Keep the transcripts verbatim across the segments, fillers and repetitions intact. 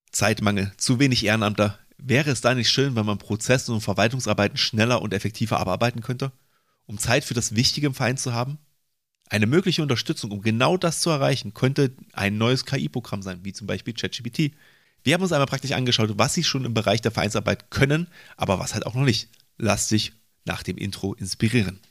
Zeitmangel, zu wenig Ehrenamtler. Wäre es da nicht schön, wenn man Prozesse und Verwaltungsarbeiten schneller und effektiver abarbeiten könnte, um Zeit für das Wichtige im Verein zu haben? Eine mögliche Unterstützung, um genau das zu erreichen, könnte ein neues K I-Programm sein, wie zum Beispiel ChatGPT. Wir haben uns einmal praktisch angeschaut, was sie schon im Bereich der Vereinsarbeit können, aber was halt auch noch nicht. Lasst dich nach dem Intro inspirieren.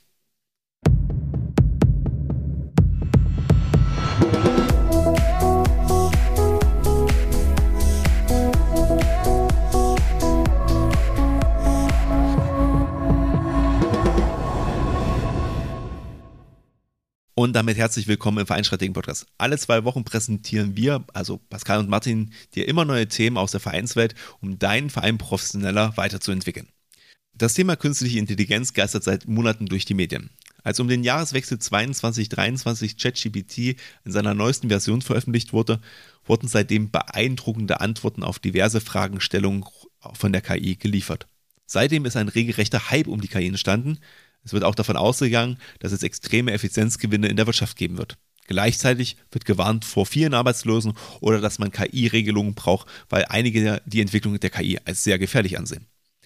Und damit herzlich willkommen im Vereinsstrategen-Podcast. Alle zwei Wochen präsentieren wir, also Pascal und Martin, dir immer neue Themen aus der Vereinswelt, um deinen Verein professioneller weiterzuentwickeln. Das Thema künstliche Intelligenz geistert seit Monaten durch die Medien. Als um den Jahreswechsel zweiundzwanzig dreiundzwanzig ChatGPT in seiner neuesten Version veröffentlicht wurde, wurden seitdem beeindruckende Antworten auf diverse Fragestellungen von der K I geliefert. Seitdem ist ein regelrechter Hype um die K I entstanden. Es wird auch davon ausgegangen, dass es extreme Effizienzgewinne in der Wirtschaft geben wird. Gleichzeitig wird gewarnt vor vielen Arbeitslosen oder dass man K I-Regelungen braucht, weil einige die Entwicklung der K I als sehr gefährlich ansehen.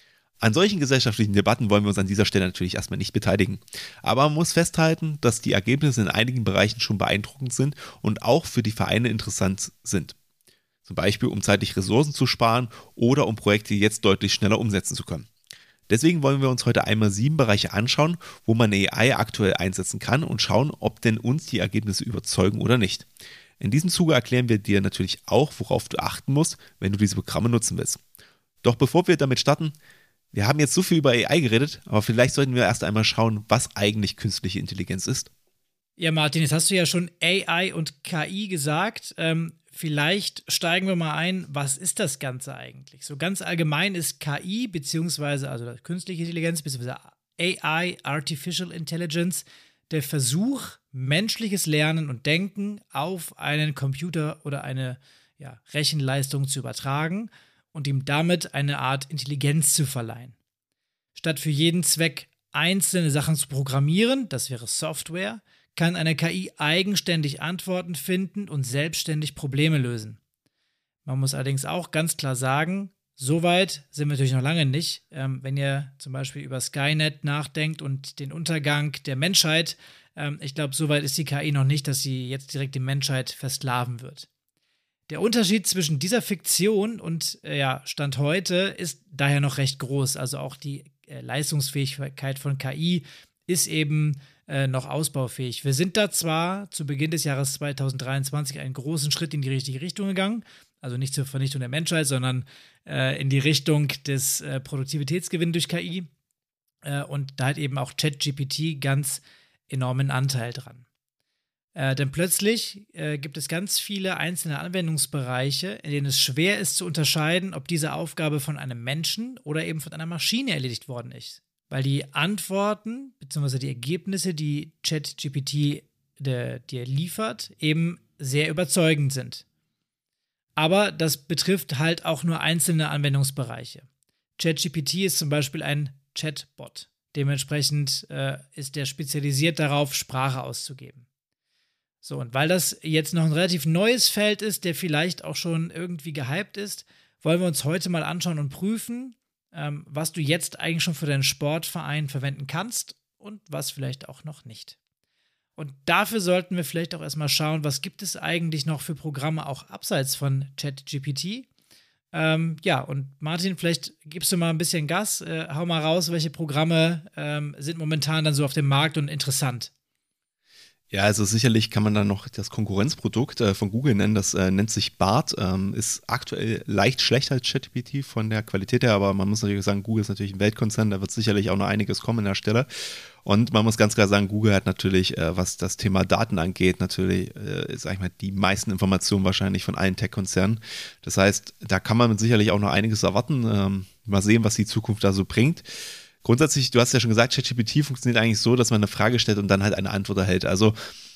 An solchen gesellschaftlichen Debatten wollen wir uns an dieser Stelle natürlich erstmal nicht beteiligen. Aber man muss festhalten, dass die Ergebnisse in einigen Bereichen schon beeindruckend sind und auch für die Vereine interessant sind. Zum Beispiel, um zeitlich Ressourcen zu sparen oder um Projekte jetzt deutlich schneller umsetzen zu können. Deswegen wollen wir uns heute einmal sieben Bereiche anschauen, wo man A I aktuell einsetzen kann und schauen, ob denn uns die Ergebnisse überzeugen oder nicht. In diesem Zuge erklären wir dir natürlich auch, worauf du achten musst, wenn du diese Programme nutzen willst. Doch bevor wir damit starten, wir haben jetzt so viel über A I geredet, aber vielleicht sollten wir erst einmal schauen, was eigentlich künstliche Intelligenz ist. Ja, Martin, jetzt hast du ja schon A I und K I gesagt. Ähm, vielleicht steigen wir mal ein, was ist das Ganze eigentlich? So ganz allgemein ist K I, beziehungsweise also künstliche Intelligenz, beziehungsweise A I, Artificial Intelligence, der Versuch, menschliches Lernen und Denken auf einen Computer oder eine ja, Rechenleistung zu übertragen und ihm damit eine Art Intelligenz zu verleihen. Statt für jeden Zweck einzelne Sachen zu programmieren, das wäre Software, kann eine K I eigenständig Antworten finden und selbstständig Probleme lösen. Man muss allerdings auch ganz klar sagen, so weit sind wir natürlich noch lange nicht. Ähm, wenn ihr zum Beispiel über Skynet nachdenkt und den Untergang der Menschheit, ähm, ich glaube, so weit ist die K I noch nicht, dass sie jetzt direkt die Menschheit versklaven wird. Der Unterschied zwischen dieser Fiktion und äh, ja, Stand heute ist daher noch recht groß. Also auch die äh, Leistungsfähigkeit von K I ist eben äh, noch ausbaufähig. Wir sind da zwar zu Beginn des Jahres zweitausenddreiundzwanzig einen großen Schritt in die richtige Richtung gegangen, also nicht zur Vernichtung der Menschheit, sondern äh, in die Richtung des äh, Produktivitätsgewinns durch K I. Äh, und da hat eben auch ChatGPT ganz enormen Anteil dran. Äh, denn plötzlich äh, gibt es ganz viele einzelne Anwendungsbereiche, in denen es schwer ist zu unterscheiden, ob diese Aufgabe von einem Menschen oder eben von einer Maschine erledigt worden ist. Weil die Antworten bzw. die Ergebnisse, die ChatGPT dir liefert, eben sehr überzeugend sind. Aber das betrifft halt auch nur einzelne Anwendungsbereiche. ChatGPT ist zum Beispiel ein Chatbot. Dementsprechend äh, ist der spezialisiert darauf, Sprache auszugeben. So, und weil das jetzt noch ein relativ neues Feld ist, der vielleicht auch schon irgendwie gehypt ist, wollen wir uns heute mal anschauen und prüfen, ähm, was du jetzt eigentlich schon für deinen Sportverein verwenden kannst und was vielleicht auch noch nicht. Und dafür sollten wir vielleicht auch erstmal schauen, was gibt es eigentlich noch für Programme auch abseits von ChatGPT. Ähm, ja, und Martin, vielleicht gibst du mal ein bisschen Gas, äh, hau mal raus, welche Programme ähm, sind momentan dann so auf dem Markt und interessant. Ja, also sicherlich kann man dann noch das Konkurrenzprodukt äh, von Google nennen, das äh, nennt sich Bard, ähm, ist aktuell leicht schlechter als ChatGPT von der Qualität her, aber man muss natürlich sagen, Google ist natürlich ein Weltkonzern, da wird sicherlich auch noch einiges kommen an der Stelle. Und man muss ganz klar sagen, Google hat natürlich, äh, was das Thema Daten angeht, natürlich, äh, sag ich mal, die meisten Informationen wahrscheinlich von allen Tech-Konzernen. Das heißt, da kann man sicherlich auch noch einiges erwarten. Ähm, mal sehen, was die Zukunft da so bringt. Grundsätzlich, du hast ja schon gesagt, ChatGPT funktioniert eigentlich so, dass man eine Frage stellt und dann halt eine Antwort erhält. Also,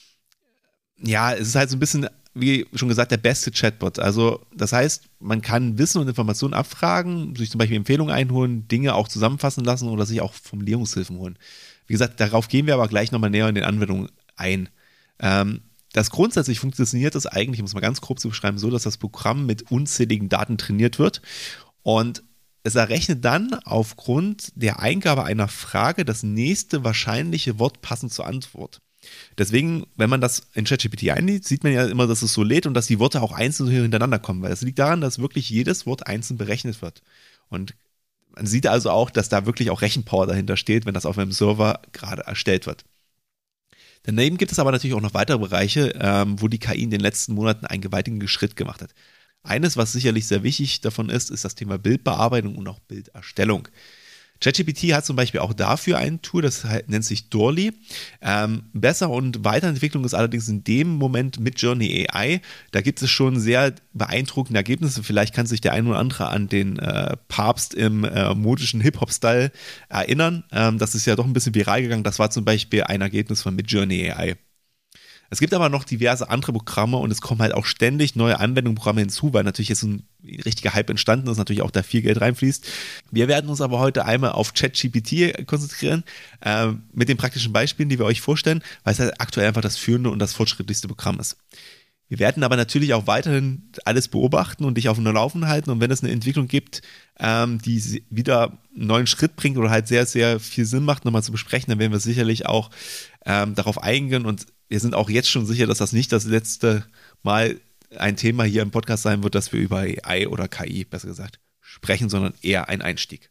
ja, es ist halt so ein bisschen, wie schon gesagt, der beste Chatbot. Also, das heißt, man kann Wissen und Informationen abfragen, sich zum Beispiel Empfehlungen einholen, Dinge auch zusammenfassen lassen oder sich auch Formulierungshilfen holen. Wie gesagt, darauf gehen wir aber gleich nochmal näher in den Anwendungen ein. Ähm, das grundsätzlich funktioniert das eigentlich, um es mal ganz grob zu beschreiben, so, dass das Programm mit unzähligen Daten trainiert wird und es errechnet dann aufgrund der Eingabe einer Frage das nächste wahrscheinliche Wort passend zur Antwort. Deswegen, wenn man das in ChatGPT einlädt, sieht man ja immer, dass es so lädt und dass die Worte auch einzeln hintereinander kommen, weil es liegt daran, dass wirklich jedes Wort einzeln berechnet wird. Und man sieht also auch, dass da wirklich auch Rechenpower dahinter steht, wenn das auf einem Server gerade erstellt wird. Daneben gibt es aber natürlich auch noch weitere Bereiche, ähm, wo die K I in den letzten Monaten einen gewaltigen Schritt gemacht hat. Eines, was sicherlich sehr wichtig davon ist, ist das Thema Bildbearbeitung und auch Bilderstellung. ChatGPT hat zum Beispiel auch dafür ein Tool, das nennt sich Dorly. Ähm, besser und Weiterentwicklung ist allerdings in dem Moment mit Journey A I. Da gibt es schon sehr beeindruckende Ergebnisse. Vielleicht kann sich der ein oder andere an den äh, Papst im äh, modischen Hip-Hop-Style erinnern. Ähm, das ist ja doch ein bisschen viral gegangen. Das war zum Beispiel ein Ergebnis von Midjourney A I. Es gibt aber noch diverse andere Programme und es kommen halt auch ständig neue Anwendungsprogramme hinzu, weil natürlich jetzt ein richtiger Hype entstanden ist, natürlich auch da viel Geld reinfließt. Wir werden uns aber heute einmal auf ChatGPT konzentrieren, äh, mit den praktischen Beispielen, die wir euch vorstellen, weil es halt aktuell einfach das führende und das fortschrittlichste Programm ist. Wir werden aber natürlich auch weiterhin alles beobachten und dich auf dem Laufenden halten und wenn es eine Entwicklung gibt, ähm, die wieder einen neuen Schritt bringt oder halt sehr, sehr viel Sinn macht, nochmal zu besprechen, dann werden wir sicherlich auch ähm, darauf eingehen und wir sind auch jetzt schon sicher, dass das nicht das letzte Mal ein Thema hier im Podcast sein wird, dass wir über A I oder K I, besser gesagt, sprechen, sondern eher ein Einstieg.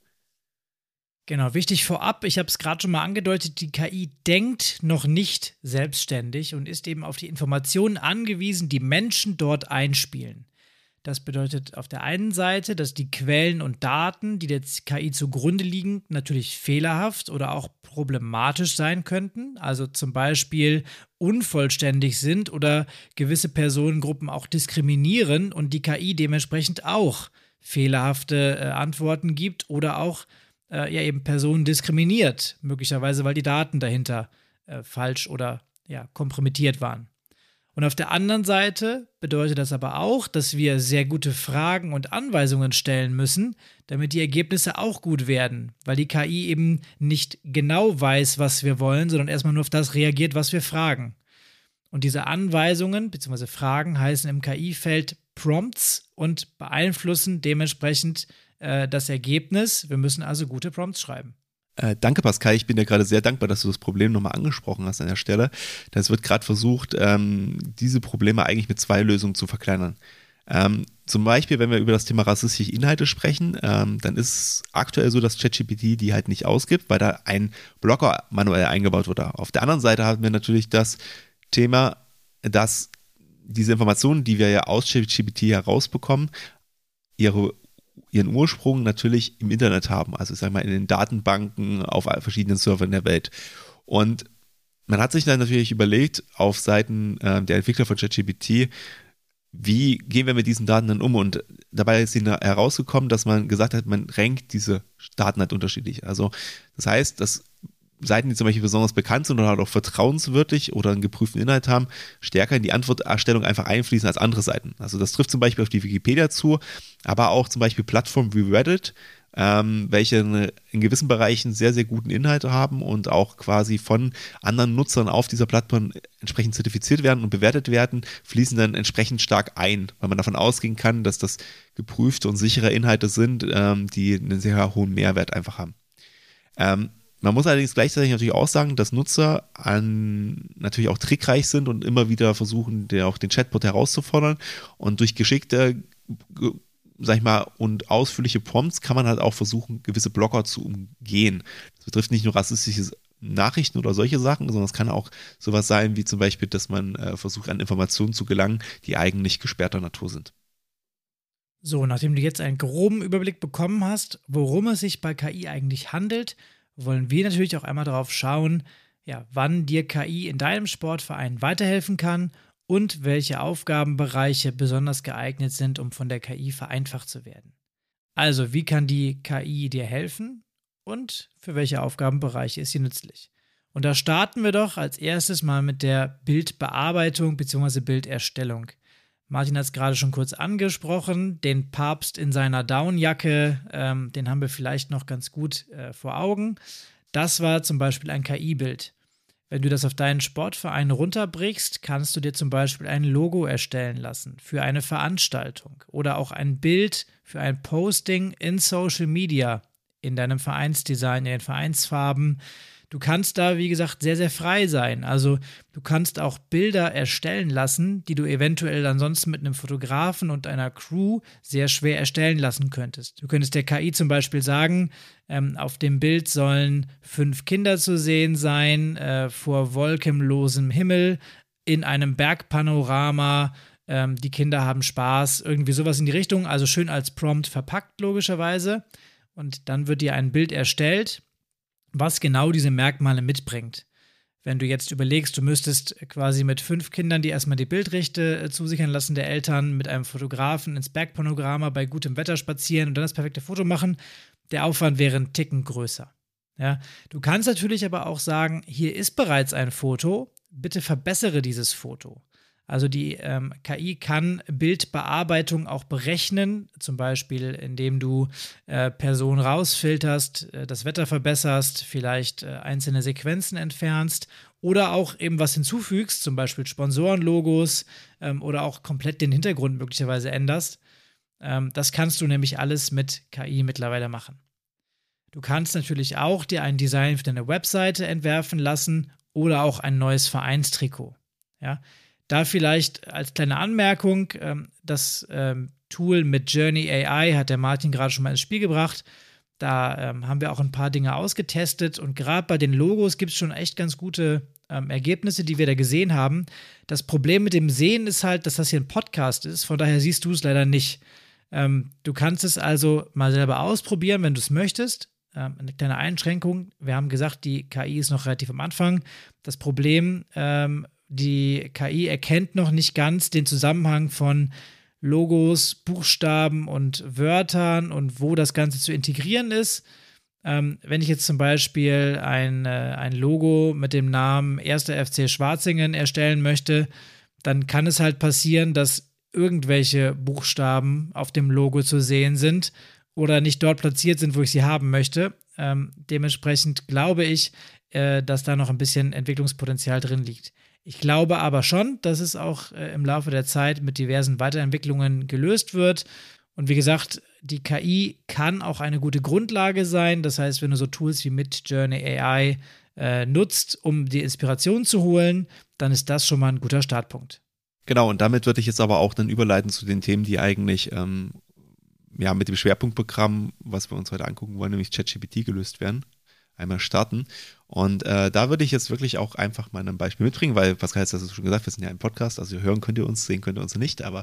Genau, wichtig vorab, ich habe es gerade schon mal angedeutet, die K I denkt noch nicht selbstständig und ist eben auf die Informationen angewiesen, die Menschen dort einspielen. Das bedeutet auf der einen Seite, dass die Quellen und Daten, die der K I zugrunde liegen, natürlich fehlerhaft oder auch problematisch sein könnten, also zum Beispiel unvollständig sind oder gewisse Personengruppen auch diskriminieren und die K I dementsprechend auch fehlerhafte äh, Antworten gibt oder auch äh, ja eben Personen diskriminiert, möglicherweise weil die Daten dahinter äh, falsch oder ja, kompromittiert waren. Und auf der anderen Seite bedeutet das aber auch, dass wir sehr gute Fragen und Anweisungen stellen müssen, damit die Ergebnisse auch gut werden, weil die K I eben nicht genau weiß, was wir wollen, sondern erstmal nur auf das reagiert, was wir fragen. Und diese Anweisungen bzw. Fragen heißen im K I-Feld Prompts und beeinflussen dementsprechend äh, das Ergebnis. Wir müssen also gute Prompts schreiben. Äh, danke, Pascal. Ich bin dir gerade sehr dankbar, dass du das Problem nochmal angesprochen hast an der Stelle. Denn es wird gerade versucht, ähm, diese Probleme eigentlich mit zwei Lösungen zu verkleinern. Ähm, zum Beispiel, wenn wir über das Thema rassistische Inhalte sprechen, ähm, dann ist es aktuell so, dass ChatGPT die halt nicht ausgibt, weil da ein Blocker manuell eingebaut wurde. Auf der anderen Seite haben wir natürlich das Thema, dass diese Informationen, die wir ja aus ChatGPT herausbekommen, ihre ihren Ursprung natürlich im Internet haben, also ich sag mal in den Datenbanken auf verschiedenen Servern der Welt. Und man hat sich dann natürlich überlegt, auf Seiten äh, der Entwickler von ChatGPT, wie gehen wir mit diesen Daten dann um? Und dabei ist ihnen herausgekommen, dass man gesagt hat, man rankt diese Daten halt unterschiedlich. Also das heißt, dass Seiten, die zum Beispiel besonders bekannt sind oder halt auch vertrauenswürdig oder einen geprüften Inhalt haben, stärker in die Antworterstellung einfach einfließen als andere Seiten. Also das trifft zum Beispiel auf die Wikipedia zu, aber auch zum Beispiel Plattformen wie Reddit, ähm, welche eine, in gewissen Bereichen sehr, sehr guten Inhalt haben und auch quasi von anderen Nutzern auf dieser Plattform entsprechend zertifiziert werden und bewertet werden, fließen dann entsprechend stark ein, weil man davon ausgehen kann, dass das geprüfte und sichere Inhalte sind, ähm, die einen sehr hohen Mehrwert einfach haben. Ähm, Man muss allerdings gleichzeitig natürlich auch sagen, dass Nutzer an, natürlich auch trickreich sind und immer wieder versuchen, der, auch den Chatbot herauszufordern. Und durch geschickte, sag ich mal, und ausführliche Prompts kann man halt auch versuchen, gewisse Blocker zu umgehen. Das betrifft nicht nur rassistische Nachrichten oder solche Sachen, sondern es kann auch sowas sein, wie zum Beispiel, dass man äh, versucht, an Informationen zu gelangen, die eigentlich gesperrter Natur sind. So, nachdem du jetzt einen groben Überblick bekommen hast, worum es sich bei K I eigentlich handelt, wollen wir natürlich auch einmal darauf schauen, ja, wann dir K I in deinem Sportverein weiterhelfen kann und welche Aufgabenbereiche besonders geeignet sind, um von der K I vereinfacht zu werden. Also, wie kann die K I dir helfen und für welche Aufgabenbereiche ist sie nützlich? Und da starten wir doch als erstes mal mit der Bildbearbeitung bzw. Bilderstellung. Martin hat es gerade schon kurz angesprochen, den Papst in seiner Downjacke, ähm, den haben wir vielleicht noch ganz gut äh, vor Augen. Das war zum Beispiel ein K I-Bild. Wenn du das auf deinen Sportverein runterbrichst, kannst du dir zum Beispiel ein Logo erstellen lassen für eine Veranstaltung oder auch ein Bild für ein Posting in Social Media, in deinem Vereinsdesign, in den Vereinsfarben. Du kannst da, wie gesagt, sehr, sehr frei sein. Also du kannst auch Bilder erstellen lassen, die du eventuell ansonsten mit einem Fotografen und einer Crew sehr schwer erstellen lassen könntest. Du könntest der K I zum Beispiel sagen, ähm, auf dem Bild sollen fünf Kinder zu sehen sein, äh, vor wolkenlosem Himmel, in einem Bergpanorama, ähm, die Kinder haben Spaß, irgendwie sowas in die Richtung, also schön als Prompt verpackt logischerweise. Und dann wird dir ein Bild erstellt, was genau diese Merkmale mitbringt. Wenn du jetzt überlegst, du müsstest quasi mit fünf Kindern, die erstmal die Bildrechte äh, zusichern lassen der Eltern, mit einem Fotografen ins Bergpanorama bei gutem Wetter spazieren und dann das perfekte Foto machen, der Aufwand wäre ein Ticken größer. Ja? Du kannst natürlich aber auch sagen, hier ist bereits ein Foto, bitte verbessere dieses Foto. Also die ähm, K I kann Bildbearbeitung auch berechnen, zum Beispiel indem du äh, Personen rausfilterst, äh, das Wetter verbesserst, vielleicht äh, einzelne Sequenzen entfernst oder auch eben was hinzufügst, zum Beispiel Sponsorenlogos ähm, oder auch komplett den Hintergrund möglicherweise änderst. Ähm, das kannst du nämlich alles mit K I mittlerweile machen. Du kannst natürlich auch dir ein Design für deine Webseite entwerfen lassen oder auch ein neues Vereinstrikot. Ja? Da vielleicht als kleine Anmerkung, ähm, das ähm, Tool mit Journey A I hat der Martin gerade schon mal ins Spiel gebracht. Da ähm, haben wir auch ein paar Dinge ausgetestet und gerade bei den Logos gibt es schon echt ganz gute ähm, Ergebnisse, die wir da gesehen haben. Das Problem mit dem Sehen ist halt, dass das hier ein Podcast ist, von daher siehst du es leider nicht. Ähm, du kannst es also mal selber ausprobieren, wenn du es möchtest. Ähm, eine kleine Einschränkung, wir haben gesagt, die K I ist noch relativ am Anfang. Das Problem ähm, Die K I erkennt noch nicht ganz den Zusammenhang von Logos, Buchstaben und Wörtern und wo das Ganze zu integrieren ist. Ähm, wenn ich jetzt zum Beispiel ein, äh, ein Logo mit dem Namen erster F C Schwarzingen erstellen möchte, dann kann es halt passieren, dass irgendwelche Buchstaben auf dem Logo zu sehen sind oder nicht dort platziert sind, wo ich sie haben möchte. Ähm, dementsprechend glaube ich, äh, dass da noch ein bisschen Entwicklungspotenzial drin liegt. Ich glaube aber schon, dass es auch äh, im Laufe der Zeit mit diversen Weiterentwicklungen gelöst wird. Und wie gesagt, die K I kann auch eine gute Grundlage sein. Das heißt, wenn du so Tools wie Midjourney A I äh, nutzt, um die Inspiration zu holen, dann ist das schon mal ein guter Startpunkt. Genau, und damit würde ich jetzt aber auch dann überleiten zu den Themen, die eigentlich ähm, ja, mit dem Schwerpunktprogramm, was wir uns heute angucken wollen, nämlich ChatGPT gelöst werden. Einmal starten. Und äh, da würde ich jetzt wirklich auch einfach mal ein Beispiel mitbringen, weil Pascal hat das schon gesagt, wir sind ja ein Podcast, also hören könnt ihr uns, sehen könnt ihr uns nicht, aber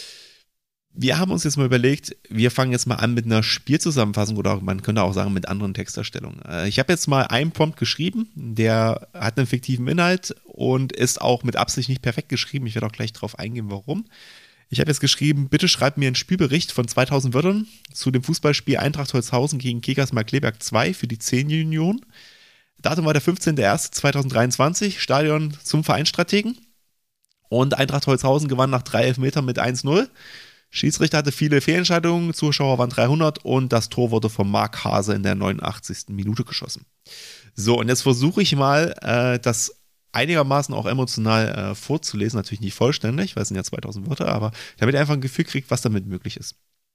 wir haben uns jetzt mal überlegt, wir fangen jetzt mal an mit einer Spielzusammenfassung oder auch, man könnte auch sagen mit anderen Texterstellungen. Äh, ich habe jetzt mal einen Prompt geschrieben, der hat einen fiktiven Inhalt und ist auch mit Absicht nicht perfekt geschrieben. Ich werde auch gleich drauf eingehen, warum. Ich habe jetzt geschrieben, bitte schreibt mir einen Spielbericht von zweitausend Wörtern zu dem Fußballspiel Eintracht Holzhausen gegen Kickers Markkleeberg zwei für die Zehn-Union. Datum war der fünfzehnter erster zweitausenddreiundzwanzig, Stadion zum Vereinsstrategen. Und Eintracht Holzhausen gewann nach drei Elfmetern mit eins null. Schiedsrichter hatte viele Fehlentscheidungen, Zuschauer waren dreihundert und das Tor wurde von Marc Hase in der neunundachtzigsten Minute geschossen. So, und jetzt versuche ich mal, äh, das einigermaßen auch emotional äh, vorzulesen, natürlich nicht vollständig, weil es sind ja zweitausend Wörter, aber damit ihr einfach ein Gefühl kriegt, was damit möglich ist.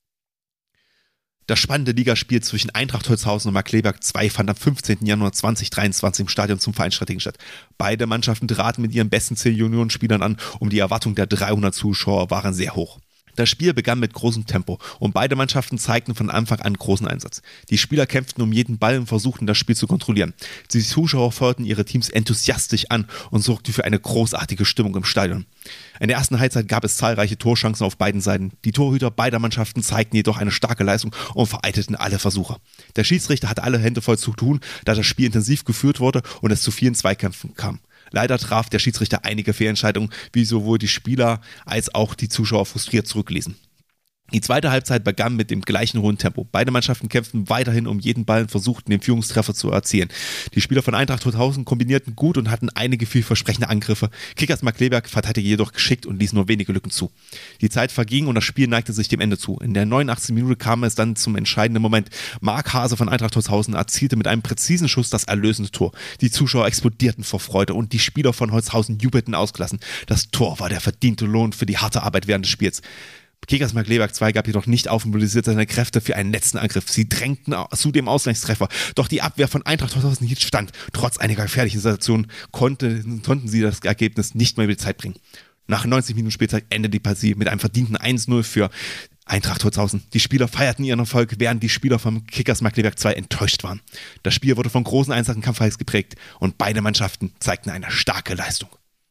Das spannende Ligaspiel zwischen Eintracht Holzhausen und Markkleeberg zwei fand am fünfzehnten Januar zweitausenddreiundzwanzig im Stadion zum Vereinsstrategen statt. Beide Mannschaften traten mit ihren besten zehn Juniorenspielern an und die Erwartungen der dreihundert Zuschauer waren sehr hoch. Das Spiel begann mit großem Tempo und beide Mannschaften zeigten von Anfang an großen Einsatz. Die Spieler kämpften um jeden Ball und versuchten, das Spiel zu kontrollieren. Die Zuschauer feuerten ihre Teams enthusiastisch an und sorgten für eine großartige Stimmung im Stadion. In der ersten Halbzeit gab es zahlreiche Torchancen auf beiden Seiten. Die Torhüter beider Mannschaften zeigten jedoch eine starke Leistung und vereitelten alle Versuche. Der Schiedsrichter hatte alle Hände voll zu tun, da das Spiel intensiv geführt wurde und es zu vielen Zweikämpfen kam. Leider traf der Schiedsrichter einige Fehlentscheidungen, wie sowohl die Spieler als auch die Zuschauer frustriert zurückließen. Die zweite Halbzeit begann mit dem gleichen hohen Tempo. Beide Mannschaften kämpften weiterhin um jeden Ball und versuchten, den Führungstreffer zu erzielen. Die Spieler von Eintracht Holzhausen kombinierten gut und hatten einige vielversprechende Angriffe. Kickers Markkleeberg verteidigte jedoch geschickt und ließ nur wenige Lücken zu. Die Zeit verging und das Spiel neigte sich dem Ende zu. In der neunundachtzigsten Minute kam es dann zum entscheidenden Moment. Marc Hase von Eintracht Holzhausen erzielte mit einem präzisen Schuss das erlösende Tor. Die Zuschauer explodierten vor Freude und die Spieler von Holzhausen jubelten ausgelassen. Das Tor war der verdiente Lohn für die harte Arbeit während des Spiels. Kickers Markkleeberg zwei gab jedoch nicht auf und mobilisierte seine Kräfte für einen letzten Angriff. Sie drängten zu dem Ausgleichstreffer, doch die Abwehr von Eintracht Holzhausen hielt stand. Trotz einiger gefährlicher Situationen konnte, konnten sie das Ergebnis nicht mehr über die Zeit bringen. Nach neunzig Minuten Spielzeit endete die Partie mit einem verdienten eins null für Eintracht Holzhausen. Die Spieler feierten ihren Erfolg, während die Spieler vom Kickers Markkleeberg zwei enttäuscht waren. Das Spiel wurde von großen Einsätzen Kampfgeist geprägt und beide Mannschaften zeigten eine starke Leistung.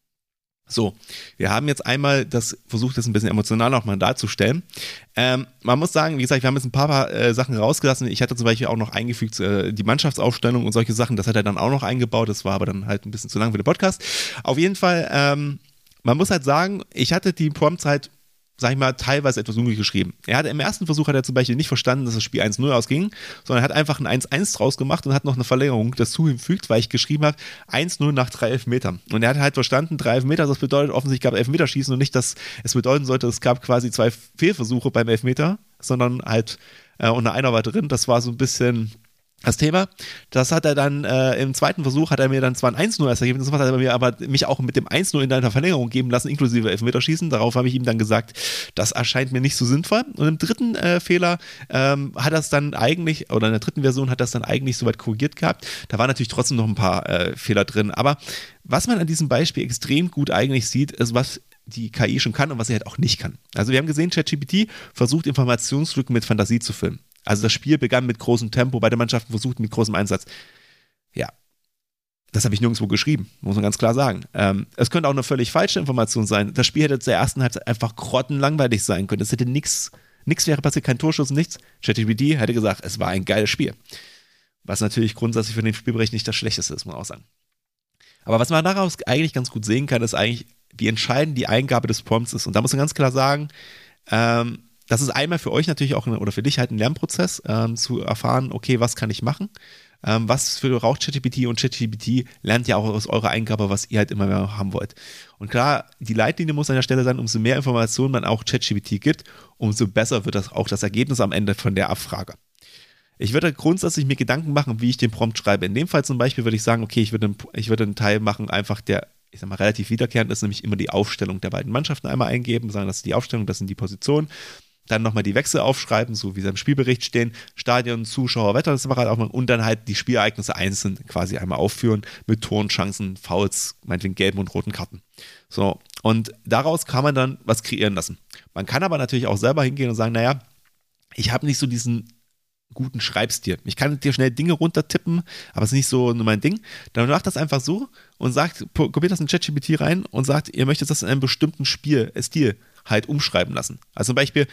So, wir haben jetzt einmal das versucht, das ein bisschen emotional auch mal darzustellen. Ähm, man muss sagen, wie gesagt, wir haben jetzt ein paar, paar äh, Sachen rausgelassen. Ich hatte zum Beispiel auch noch eingefügt äh, die Mannschaftsaufstellung und solche Sachen. Das hat er dann auch noch eingebaut. Das war aber dann halt ein bisschen zu lang für den Podcast. Auf jeden Fall, ähm, man muss halt sagen, ich hatte die Prompts halt, sag ich mal, teilweise etwas unglücklich geschrieben. Er hat im ersten Versuch hat er zum Beispiel nicht verstanden, dass das Spiel eins null ausging, sondern er hat einfach ein eins eins draus gemacht und hat noch eine Verlängerung dazu hinzugefügt, weil ich geschrieben habe, eins null nach drei Elfmetern. Und er hat halt verstanden, drei Elfmeter, das bedeutet offensichtlich gab Elfmeterschießen und nicht, dass es bedeuten sollte, es gab quasi zwei Fehlversuche beim Elfmeter, sondern halt äh, und einer war drin. Das war so ein bisschen das Thema. Das hat er dann äh, im zweiten Versuch, hat er mir dann zwar ein eins null als Ergebnis gemacht, hat er mir aber mich auch mit dem eins null in einer Verlängerung geben lassen, inklusive Elfmeterschießen. Darauf habe ich ihm dann gesagt, das erscheint mir nicht so sinnvoll. Und im dritten äh, Fehler ähm, hat er es dann eigentlich, oder in der dritten Version hat er es dann eigentlich soweit korrigiert gehabt. Da waren natürlich trotzdem noch ein paar äh, Fehler drin. Aber was man an diesem Beispiel extrem gut eigentlich sieht, ist, was die K I schon kann und was sie halt auch nicht kann. Also wir haben gesehen, ChatGPT versucht Informationslücken mit Fantasie zu füllen. Also das Spiel begann mit großem Tempo, beide Mannschaften versuchten mit großem Einsatz. Ja, das habe ich nirgendwo geschrieben, muss man ganz klar sagen. Ähm, es könnte auch eine völlig falsche Information sein. Das Spiel hätte zur ersten Halbzeit einfach grottenlangweilig sein können. Es hätte nichts, nichts wäre passiert, kein Torschuss, nichts. ChatGPT hätte gesagt, es war ein geiles Spiel. Was natürlich grundsätzlich für den Spielbericht nicht das Schlechteste ist, muss man auch sagen. Aber was man daraus eigentlich ganz gut sehen kann, ist eigentlich, wie entscheidend die Eingabe des Prompts ist. Und da muss man ganz klar sagen, ähm, das ist einmal für euch natürlich auch, eine, oder für dich halt ein Lernprozess, ähm, zu erfahren, okay, was kann ich machen? Ähm, was für braucht ChatGPT? Und ChatGPT lernt ja auch aus eurer Eingabe, was ihr halt immer mehr haben wollt. Und klar, die Leitlinie muss an der Stelle sein, umso mehr Informationen man auch ChatGPT gibt, umso besser wird das auch das Ergebnis am Ende von der Abfrage. Ich würde grundsätzlich mir Gedanken machen, wie ich den Prompt schreibe. In dem Fall zum Beispiel würde ich sagen, okay, ich würde, ich würde einen Teil machen, einfach der, ich sag mal, relativ wiederkehrend ist, nämlich immer die Aufstellung der beiden Mannschaften einmal eingeben, sagen, das ist die Aufstellung, das sind die Positionen. Dann nochmal die Wechsel aufschreiben, so wie sie im Spielbericht stehen, Stadion, Zuschauer, Wetter separat aufmachen und dann halt die Spielereignisse einzeln quasi einmal aufführen mit Toren, Chancen, Fouls, meinetwegen gelben und roten Karten. So, und daraus kann man dann was kreieren lassen. Man kann aber natürlich auch selber hingehen und sagen, naja, ich habe nicht so diesen guten Schreibstil. Ich kann dir schnell Dinge runtertippen, aber es ist nicht so nur mein Ding. Dann macht das einfach so und sagt, kopiert das in ChatGPT rein und sagt, ihr möchtet das in einem bestimmten Spiel, Stil halt umschreiben lassen. Also zum Beispiel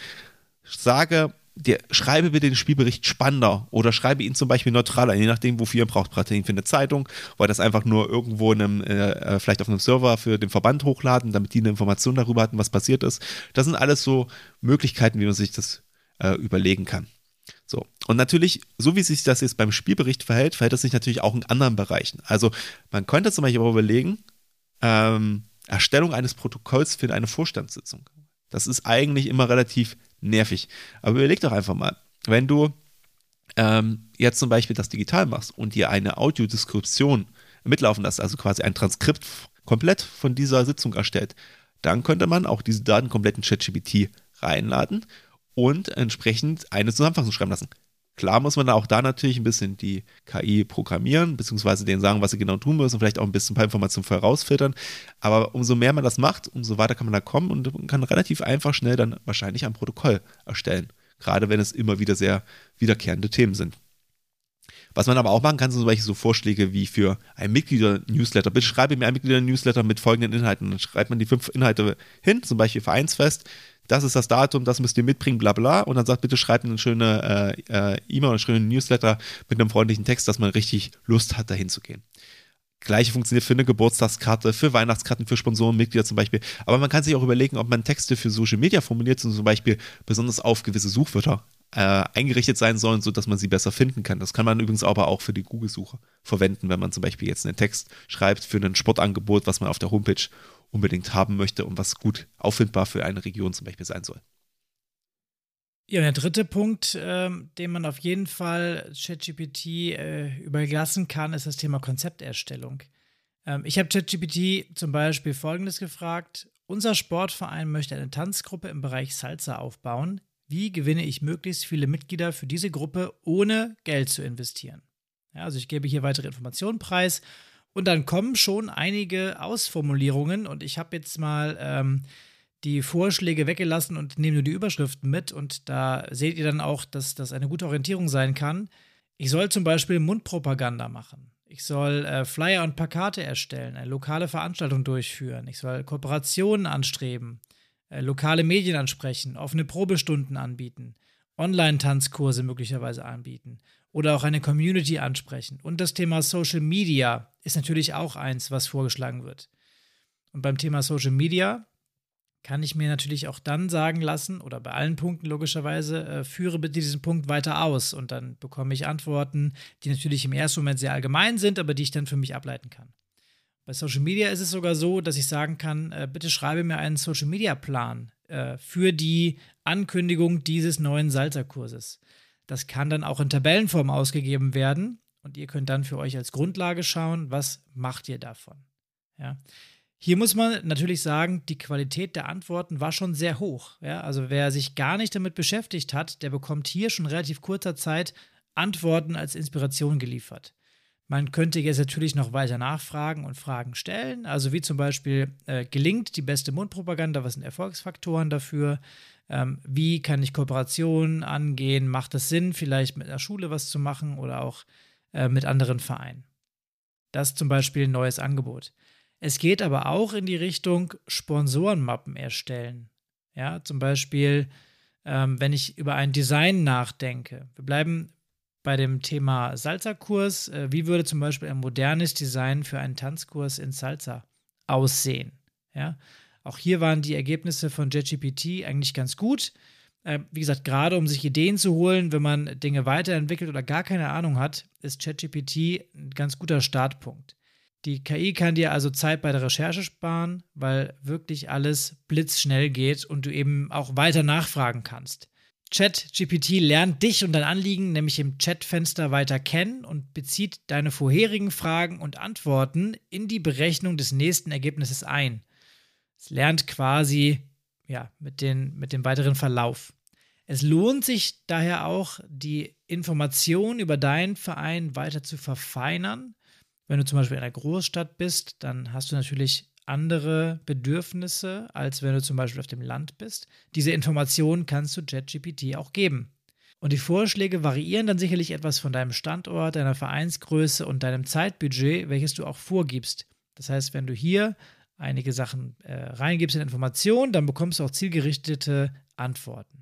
sage, der, schreibe bitte den Spielbericht spannender oder schreibe ihn zum Beispiel neutraler, je nachdem, wofür ihr braucht. Braucht ihr ihn für eine Zeitung, weil das einfach nur irgendwo in einem, äh, vielleicht auf einem Server für den Verband hochladen, damit die eine Information darüber hatten, was passiert ist. Das sind alles so Möglichkeiten, wie man sich das äh, überlegen kann. So. Und natürlich, so wie sich das jetzt beim Spielbericht verhält, verhält es sich natürlich auch in anderen Bereichen. Also man könnte zum Beispiel auch überlegen, ähm, Erstellung eines Protokolls für eine Vorstandssitzung. Das ist eigentlich immer relativ nervig. Aber überleg doch einfach mal, wenn du ähm, jetzt zum Beispiel das digital machst und dir eine Audiodeskription mitlaufen lässt, also quasi ein Transkript komplett von dieser Sitzung erstellt, dann könnte man auch diese Daten komplett in ChatGPT reinladen und entsprechend eine Zusammenfassung schreiben lassen. Klar muss man da auch da natürlich ein bisschen die K I programmieren, beziehungsweise denen sagen, was sie genau tun müssen und vielleicht auch ein bisschen ein paar Informationen vorher rausfiltern. Aber umso mehr man das macht, umso weiter kann man da kommen und man kann relativ einfach schnell dann wahrscheinlich ein Protokoll erstellen. Gerade wenn es immer wieder sehr wiederkehrende Themen sind. Was man aber auch machen kann, sind zum Beispiel so Vorschläge wie für ein Mitglieder-Newsletter. Bitte schreibe mir ein Mitglieder-Newsletter mit folgenden Inhalten. Dann schreibt man die fünf Inhalte hin, zum Beispiel Vereinsfest. Das ist das Datum, das müsst ihr mitbringen, bla bla. Und dann sagt, bitte schreibt eine schöne äh, äh, E-Mail oder einen schönen Newsletter mit einem freundlichen Text, dass man richtig Lust hat, dahin zu gehen. Gleiche funktioniert für eine Geburtstagskarte, für Weihnachtskarten, für Sponsorenmitglieder zum Beispiel. Aber man kann sich auch überlegen, ob man Texte für Social Media formuliert und zum Beispiel besonders auf gewisse Suchwörter äh, eingerichtet sein sollen, sodass man sie besser finden kann. Das kann man übrigens aber auch für die Google-Suche verwenden, wenn man zum Beispiel jetzt einen Text schreibt für ein Sportangebot, was man auf der Homepage unbedingt haben möchte und was gut auffindbar für eine Region zum Beispiel sein soll. Ja, der dritte Punkt, ähm, den man auf jeden Fall ChatGPT äh, überlassen kann, ist das Thema Konzepterstellung. Ähm, ich habe ChatGPT zum Beispiel Folgendes gefragt: Unser Sportverein möchte eine Tanzgruppe im Bereich Salsa aufbauen. Wie gewinne ich möglichst viele Mitglieder für diese Gruppe, ohne Geld zu investieren? Ja, also ich gebe hier weitere Informationen preis und dann kommen schon einige Ausformulierungen und ich habe jetzt mal ähm, die Vorschläge weggelassen und nehme nur die Überschriften mit und da seht ihr dann auch, dass das eine gute Orientierung sein kann. Ich soll zum Beispiel Mundpropaganda machen. Ich soll äh, Flyer und Plakate erstellen, eine lokale Veranstaltung durchführen. Ich soll Kooperationen anstreben, äh, lokale Medien ansprechen, offene Probestunden anbieten, Online-Tanzkurse möglicherweise anbieten oder auch eine Community ansprechen. Und das Thema Social Media ist natürlich auch eins, was vorgeschlagen wird. Und beim Thema Social Media kann ich mir natürlich auch dann sagen lassen, oder bei allen Punkten logischerweise, äh, führe bitte diesen Punkt weiter aus. Und dann bekomme ich Antworten, die natürlich im ersten Moment sehr allgemein sind, aber die ich dann für mich ableiten kann. Bei Social Media ist es sogar so, dass ich sagen kann, äh, bitte schreibe mir einen Social-Media-Plan äh, für die Ankündigung dieses neuen Salsa-Kurses. Das kann dann auch in Tabellenform ausgegeben werden und ihr könnt dann für euch als Grundlage schauen, was macht ihr davon. Ja. Hier muss man natürlich sagen, die Qualität der Antworten war schon sehr hoch. Ja, also wer sich gar nicht damit beschäftigt hat, der bekommt hier schon in relativ kurzer Zeit Antworten als Inspiration geliefert. Man könnte jetzt natürlich noch weiter nachfragen und Fragen stellen, also wie zum Beispiel, äh, gelingt die beste Mundpropaganda, was sind Erfolgsfaktoren dafür, ähm, wie kann ich Kooperationen angehen, macht es Sinn, vielleicht mit einer Schule was zu machen oder auch äh, mit anderen Vereinen. Das ist zum Beispiel ein neues Angebot. Es geht aber auch in die Richtung Sponsorenmappen erstellen. Ja, zum Beispiel, ähm, wenn ich über ein Design nachdenke. Wir bleiben bei dem Thema Salsa-Kurs. Äh, wie würde zum Beispiel ein modernes Design für einen Tanzkurs in Salsa aussehen? Ja, auch hier waren die Ergebnisse von ChatGPT eigentlich ganz gut. Äh, wie gesagt, gerade um sich Ideen zu holen, wenn man Dinge weiterentwickelt oder gar keine Ahnung hat, ist ChatGPT ein ganz guter Startpunkt. Die K I kann dir also Zeit bei der Recherche sparen, weil wirklich alles blitzschnell geht und du eben auch weiter nachfragen kannst. ChatGPT lernt dich und dein Anliegen nämlich im Chatfenster weiter kennen und bezieht deine vorherigen Fragen und Antworten in die Berechnung des nächsten Ergebnisses ein. Es lernt quasi ja, mit, den, mit dem weiteren Verlauf. Es lohnt sich daher auch, die Informationen über deinen Verein weiter zu verfeinern. Wenn du zum Beispiel in einer Großstadt bist, dann hast du natürlich andere Bedürfnisse, als wenn du zum Beispiel auf dem Land bist. Diese Informationen kannst du ChatGPT auch geben. Und die Vorschläge variieren dann sicherlich etwas von deinem Standort, deiner Vereinsgröße und deinem Zeitbudget, welches du auch vorgibst. Das heißt, wenn du hier einige Sachen äh, reingibst in Informationen, dann bekommst du auch zielgerichtete Antworten.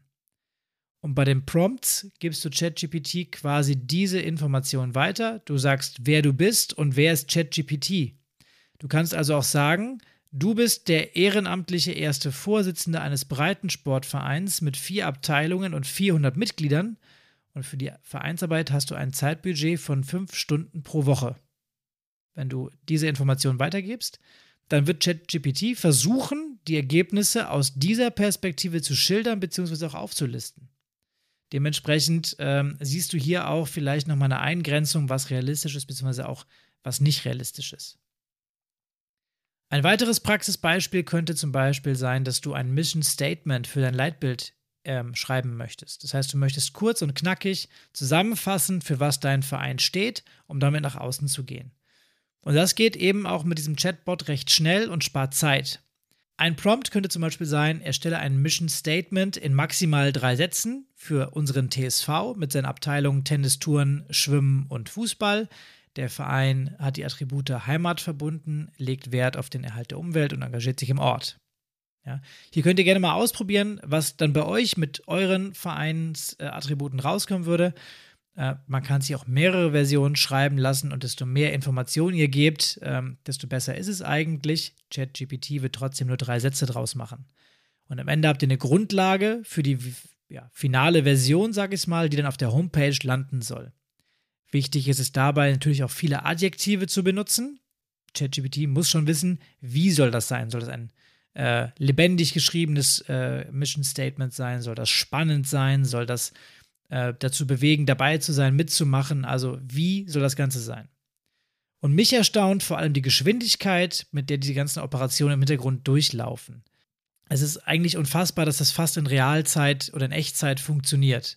Und bei den Prompts gibst du ChatGPT quasi diese Information weiter. Du sagst, wer du bist und wer ist ChatGPT. Du kannst also auch sagen, du bist der ehrenamtliche erste Vorsitzende eines Breitensportvereins mit vier Abteilungen und vierhundert Mitgliedern und für die Vereinsarbeit hast du ein Zeitbudget von fünf Stunden pro Woche. Wenn du diese Information weitergibst, dann wird ChatGPT versuchen, die Ergebnisse aus dieser Perspektive zu schildern bzw. auch aufzulisten. Dementsprechend ähm, siehst du hier auch vielleicht nochmal eine Eingrenzung, was realistisch ist, beziehungsweise auch was nicht realistisch ist. Ein weiteres Praxisbeispiel könnte zum Beispiel sein, dass du ein Mission Statement für dein Leitbild ähm, schreiben möchtest. Das heißt, du möchtest kurz und knackig zusammenfassen, für was dein Verein steht, um damit nach außen zu gehen. Und das geht eben auch mit diesem Chatbot recht schnell und spart Zeit. Ein Prompt könnte zum Beispiel sein, erstelle ein Mission Statement in maximal drei Sätzen für unseren T S V mit seinen Abteilungen Tennis, Touren, Schwimmen und Fußball. Der Verein hat die Attribute Heimat verbunden, legt Wert auf den Erhalt der Umwelt und engagiert sich im Ort. Ja, hier könnt ihr gerne mal ausprobieren, was dann bei euch mit euren Vereinsattributen rauskommen würde. Äh, man kann sich auch mehrere Versionen schreiben lassen und desto mehr Informationen ihr gebt, ähm, desto besser ist es eigentlich. ChatGPT wird trotzdem nur drei Sätze draus machen. Und am Ende habt ihr eine Grundlage für die ja, finale Version, sag ich mal, die dann auf der Homepage landen soll. Wichtig ist es dabei natürlich auch viele Adjektive zu benutzen. ChatGPT muss schon wissen, wie soll das sein? Soll das ein äh, lebendig geschriebenes äh, Mission Statement sein? Soll das spannend sein? Soll das äh, dazu bewegen, dabei zu sein, mitzumachen? Also wie soll das Ganze sein? Und mich erstaunt vor allem die Geschwindigkeit, mit der diese ganzen Operationen im Hintergrund durchlaufen. Es ist eigentlich unfassbar, dass das fast in Realzeit oder in Echtzeit funktioniert.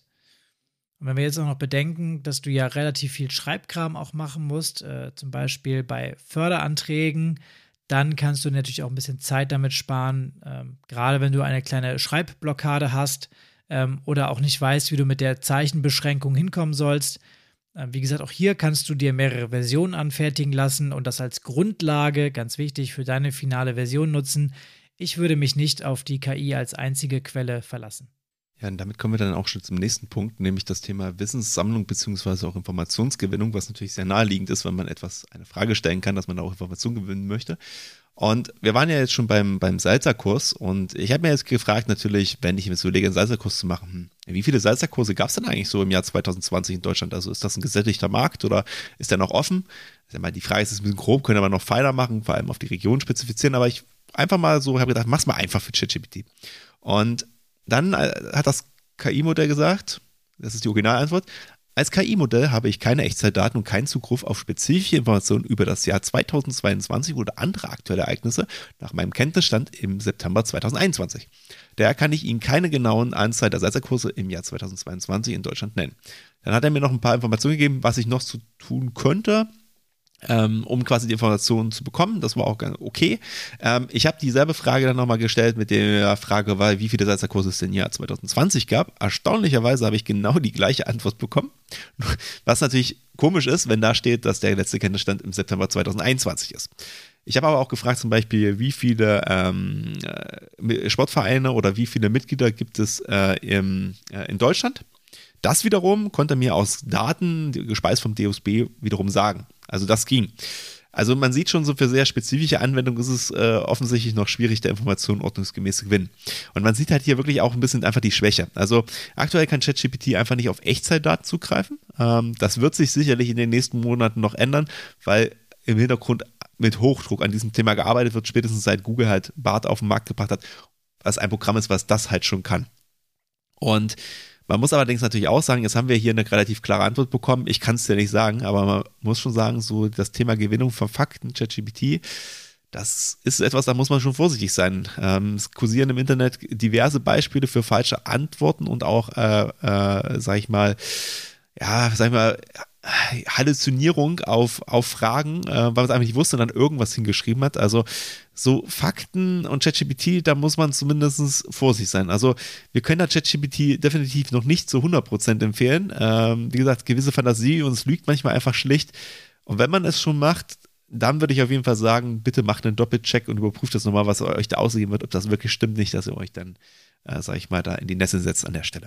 Und wenn wir jetzt auch noch bedenken, dass du ja relativ viel Schreibkram auch machen musst, äh, zum Beispiel bei Förderanträgen, dann kannst du natürlich auch ein bisschen Zeit damit sparen, ähm, gerade wenn du eine kleine Schreibblockade hast ähm, oder auch nicht weißt, wie du mit der Zeichenbeschränkung hinkommen sollst. Ähm, wie gesagt, auch hier kannst du dir mehrere Versionen anfertigen lassen und das als Grundlage, ganz wichtig, für deine finale Version nutzen. Ich würde mich nicht auf die K I als einzige Quelle verlassen. Ja, und damit kommen wir dann auch schon zum nächsten Punkt, nämlich das Thema Wissenssammlung bzw. auch Informationsgewinnung, was natürlich sehr naheliegend ist, wenn man etwas, eine Frage stellen kann, dass man da auch Informationen gewinnen möchte. Und wir waren ja jetzt schon beim, beim Salzerkurs und ich habe mir jetzt gefragt natürlich, wenn ich mir so überlege, einen Salzerkurs zu machen, hm, wie viele Salzerkurse gab es denn eigentlich so im Jahr zwanzig zwanzig in Deutschland? Also ist das ein gesättigter Markt oder ist der noch offen? Ich sag mal, die Frage ist ein bisschen grob, können wir noch feiner machen, vor allem auf die Region spezifizieren, aber ich einfach mal so habe gedacht, mach's mal einfach für ChatGPT. Und dann hat das K I-Modell gesagt, das ist die Originalantwort, als K I-Modell habe ich keine Echtzeitdaten und keinen Zugriff auf spezifische Informationen über das Jahr zweitausendzweiundzwanzig oder andere aktuelle Ereignisse nach meinem Kenntnisstand im September zweitausendeinundzwanzig. Daher kann ich Ihnen keine genauen Anzahl der Salzerkurse im Jahr zweitausendzweiundzwanzig in Deutschland nennen. Dann hat er mir noch ein paar Informationen gegeben, was ich noch zu tun könnte, Ähm, um quasi die Informationen zu bekommen. Das war auch ganz okay. Ähm, ich habe dieselbe Frage dann nochmal gestellt mit der Frage, weil wie viele Salzerkurse es denn im Jahr zwanzig zwanzig gab. Erstaunlicherweise habe ich genau die gleiche Antwort bekommen. Was natürlich komisch ist, wenn da steht, dass der letzte Kenntnisstand im September zweitausendeinundzwanzig ist. Ich habe aber auch gefragt zum Beispiel, wie viele ähm, Sportvereine oder wie viele Mitglieder gibt es äh, im, äh, in Deutschland. Das wiederum konnte er mir aus Daten, gespeist vom D O S B, wiederum sagen. Also das ging. Also man sieht schon, so für sehr spezifische Anwendungen ist es äh, offensichtlich noch schwierig, der Informationen ordnungsgemäß zu gewinnen. Und man sieht halt hier wirklich auch ein bisschen einfach die Schwäche. Also aktuell kann ChatGPT einfach nicht auf Echtzeitdaten zugreifen. Ähm, das wird sich sicherlich in den nächsten Monaten noch ändern, weil im Hintergrund mit Hochdruck an diesem Thema gearbeitet wird, spätestens seit Google halt Bart auf den Markt gebracht hat, was ein Programm ist, was das halt schon kann. Und man muss allerdings natürlich auch sagen, jetzt haben wir hier eine relativ klare Antwort bekommen. Ich kann es dir nicht sagen, aber man muss schon sagen, so das Thema Gewinnung von Fakten, ChatGPT, das ist etwas, da muss man schon vorsichtig sein. Ähm, es kursieren im Internet diverse Beispiele für falsche Antworten und auch, äh, äh, sag ich mal, ja, sag ich mal, Halluzinierung auf, auf Fragen, äh, weil man es einfach nicht wusste und dann irgendwas hingeschrieben hat. Also so Fakten und ChatGPT, da muss man zumindest vorsichtig sein. Also wir können da ChatGPT definitiv noch nicht zu hundert Prozent empfehlen. Ähm, wie gesagt, gewisse Fantasie und es lügt manchmal einfach schlicht. Und wenn man es schon macht, dann würde ich auf jeden Fall sagen, bitte macht einen Doppelcheck und überprüft das nochmal, was euch da ausgegeben wird, ob das wirklich stimmt, nicht, dass ihr euch dann, äh, sag ich mal, da in die Nässe setzt an der Stelle.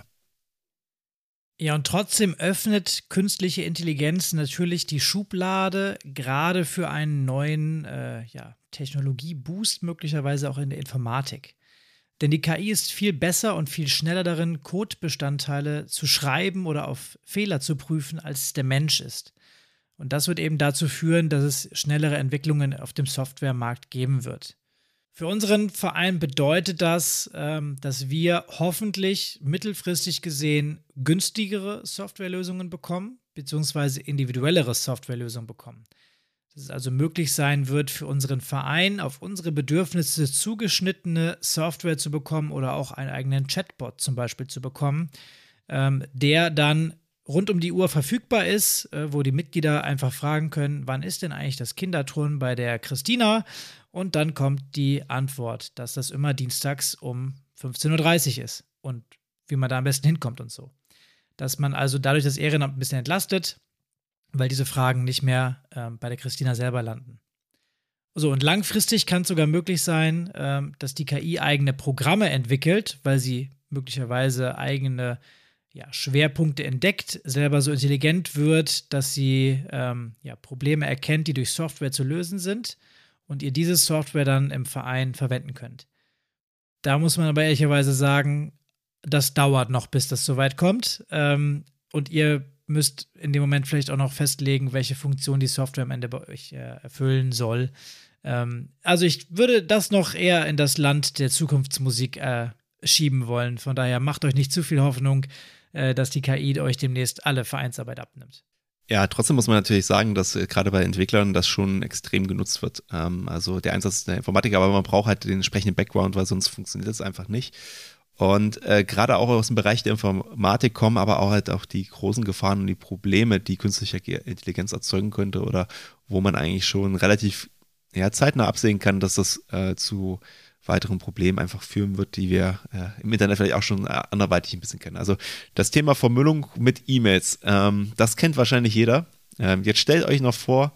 Ja, und trotzdem öffnet künstliche Intelligenz natürlich die Schublade, gerade für einen neuen äh, ja, Technologieboost, möglicherweise auch in der Informatik. Denn die K I ist viel besser und viel schneller darin, Codebestandteile zu schreiben oder auf Fehler zu prüfen, als der Mensch ist. Und das wird eben dazu führen, dass es schnellere Entwicklungen auf dem Softwaremarkt geben wird. Für unseren Verein bedeutet das, ähm, dass wir hoffentlich mittelfristig gesehen günstigere Softwarelösungen bekommen, beziehungsweise individuellere Softwarelösungen bekommen. Dass es also möglich sein wird, für unseren Verein auf unsere Bedürfnisse zugeschnittene Software zu bekommen oder auch einen eigenen Chatbot zum Beispiel zu bekommen, ähm, der dann rund um die Uhr verfügbar ist, äh, wo die Mitglieder einfach fragen können, wann ist denn eigentlich das Kinderturnen bei der Christina? Und dann kommt die Antwort, dass das immer dienstags um fünfzehn Uhr dreißig ist und wie man da am besten hinkommt und so. Dass man also dadurch das Ehrenamt ein bisschen entlastet, weil diese Fragen nicht mehr äh, bei der Christina selber landen. So, und langfristig kann es sogar möglich sein, ähm, dass die K I eigene Programme entwickelt, weil sie möglicherweise eigene ja, Schwerpunkte entdeckt, selber so intelligent wird, dass sie ähm, ja, Probleme erkennt, die durch Software zu lösen sind und ihr diese Software dann im Verein verwenden könnt. Da muss man aber ehrlicherweise sagen, das dauert noch, bis das soweit kommt. Ähm, und ihr müsst in dem Moment vielleicht auch noch festlegen, welche Funktion die Software am Ende bei euch äh, erfüllen soll. Ähm, also ich würde das noch eher in das Land der Zukunftsmusik äh, schieben wollen. Von daher macht euch nicht zu viel Hoffnung, äh, dass die K I euch demnächst alle Vereinsarbeit abnimmt. Ja, trotzdem muss man natürlich sagen, dass äh, gerade bei Entwicklern das schon extrem genutzt wird. Ähm, also der Einsatz der Informatik, aber man braucht halt den entsprechenden Background, weil sonst funktioniert es einfach nicht. Und äh, gerade auch aus dem Bereich der Informatik kommen aber auch halt auch die großen Gefahren und die Probleme, die künstliche Intelligenz erzeugen könnte oder wo man eigentlich schon relativ ja, zeitnah absehen kann, dass das äh, zu weiteren Problemen einfach führen wird, die wir äh, im Internet vielleicht auch schon äh, anderweitig ein bisschen kennen. Also das Thema Vermüllung mit E-Mails, ähm, das kennt wahrscheinlich jeder. Ähm, jetzt stellt euch noch vor,